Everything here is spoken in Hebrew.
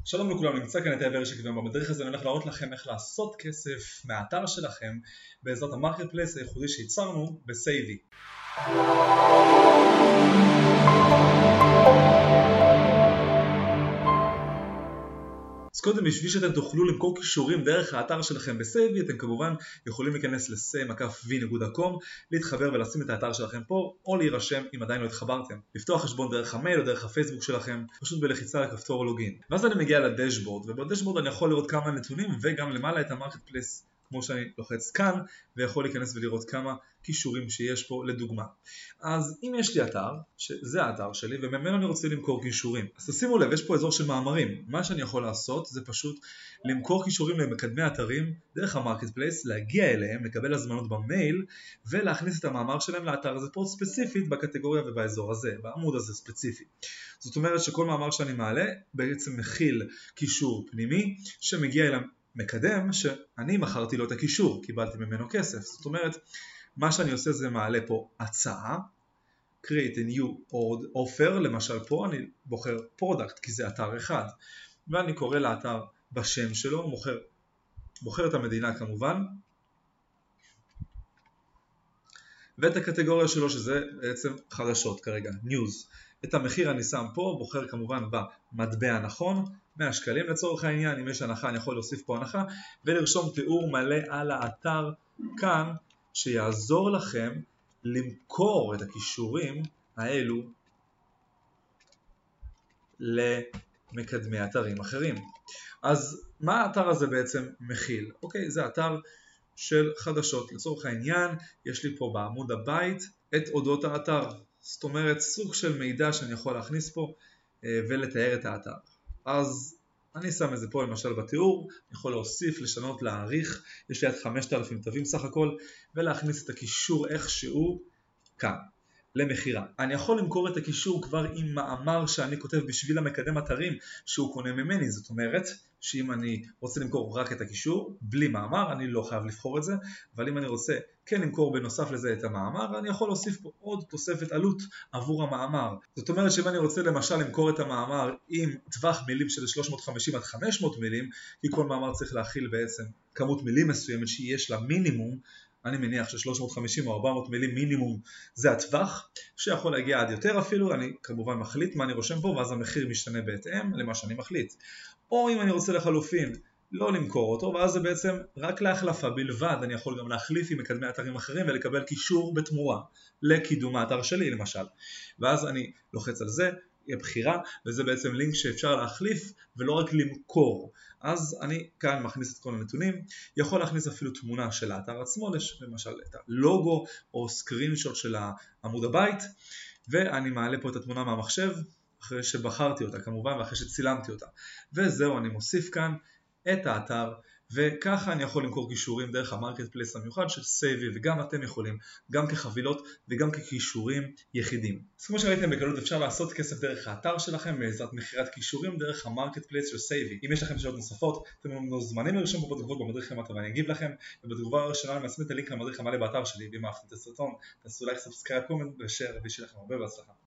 שלום לכולם, נמצא כאן את העבר שכתבים במדריך הזה. אני הולך להראות לכם איך לעשות כסף מהאתר שלכם בעזרת המרקט פלייס הייחודי שייצרנו בסייבי. אז קודם, בשביל שאתם תוכלו למכור קישורים דרך האתר שלכם בסייבי, אתם כמובן יכולים להיכנס ל-say.v.com, להתחבר ולשים את האתר שלכם פה, או להירשם אם עדיין לא התחברתם. לפתוח חשבון דרך המייל או דרך הפייסבוק שלכם, פשוט בלחיצה על כפתור לוגין. ואז אני מגיע לדשבורד, ובדשבורד אני יכול לראות כמה נתונים וגם למעלה את המרקט פלייס, כמו שאני לוחץ כאן, ויכול להיכנס ולראות כמה קישורים שיש פה לדוגמה. אז אם יש לי אתר, שזה האתר שלי, וממנו אני רוצה למכור קישורים, אז תשימו לב, יש פה אזור של מאמרים. מה שאני יכול לעשות זה פשוט למכור קישורים למקדמי אתרים דרך המרקט פלייס, להגיע אליהם, לקבל הזמנות במייל, ולהכניס את המאמר שלהם לאתר הזה פה ספציפית בקטגוריה ובאזור הזה, בעמוד הזה ספציפי. זאת אומרת שכל מאמר שאני מעלה בעצם מכיל קישור פנימי שמגיע אל מקדם שאני מכרתי לו את הקישור, קיבלתי ממנו כסף. זאת אומרת, מה שאני עושה זה מעלה פה הצעה, create a new offer, למשל פה אני בוחר product כי זה אתר אחד, ואני קורא לאתר בשם שלו, בוחר את המדינה כמובן, ואת הקטגוריה שלו שזה בעצם חדשות כרגע, news. את המחיר אני שם פה, בוחר כמובן במטבע הנכון, 100 שקלים לצורך העניין. אם יש הנחה אני יכול להוסיף פה הנחה ולרשום תיאור מלא על האתר כאן שיעזור לכם למכור את הקישורים האלו למקדמי אתרים אחרים. אז מה האתר הזה בעצם מכיל? אוקיי, זה אתר של חדשות. לצורך העניין יש לי פה בעמוד הבית את אודות האתר, זאת אומרת סוג של מידע שאני יכול להכניס פה ולתאר את האתר. אז אני שם את זה פה למשל בתיאור, אני יכול להוסיף, לשנות, להעריך, יש לי עד 5,000 תווים סך הכל, ולהכניס את הקישור איכשהו כאן, למחירה. אני יכול למכור את הקישור כבר עם מאמר שאני כותב בשביל המקדם אתרים שהוא קונה ממני. זאת אומרת שאם אני רוצה למכור רק את הקישור בלי מאמר אני לא חייב לבחור את זה, אבל אם אני רוצה כן למכור בנוסף לזה את המאמר, אני יכול להוסיף פה עוד תוספת עלות עבור המאמר. זאת אומרת שאם אני רוצה למשל למכור את המאמר עם טווח מילים של 350 עד 500 מילים, כי כל מאמר צריך להכיל בעצם כמות מילים מסוימת שיש לה מינימום, אני מניח ש350 או 400 מילים מינימום זה הטווח, שיכול להגיע עד יותר אפילו. אני כמובן מחליט מה אני רושם פה, ואז המחיר משתנה בהתאם למה שאני מחליט. או אם אני רוצה לחלופין לא למכור אותו, ואז זה בעצם רק להחלפה בלבד, אני יכול גם להחליף עם מקדמי אתרים אחרים ולקבל קישור בתמורה לקידום האתר שלי למשל. ואז אני לוחץ על זה, בחירה, וזה בעצם לינק שאפשר להחליף ולא רק למכור. אז אני כאן מכניס את כל הנתונים, יכול להכניס אפילו תמונה של האתר עצמו, למשל את הלוגו או סקרינשוט של עמוד הבית, ואני מעלה פה את התמונה מהמחשב אחרי שבחרתי אותה כמובן ואחרי שצילמתי אותה, וזהו, אני מוסיף כאן את האתר, וככה אני יכול למכור קישורים דרך המרקט פלייס המיוחד של סייבי, וגם אתם יכולים, גם כחבילות וגם כקישורים יחידים. אז כמו שראיתם בקלות אפשר לעשות כסף דרך האתר שלכם בעזרת מכירת קישורים דרך המרקט פלייס של סייבי. אם יש לכם שאלות נוספות אתם מוזמנים לרשום פה בתגובות במדריך למטה ואני אגיב לכם, ובתגובה הראשונה אני אשים את הלינק למדריך המלא באתר שלי. ואם אהבתם את הסרטון תעשו לייק, סאבסקרייב, קומנט ושאר, ושיהיה לכם הרבה בהצלחה.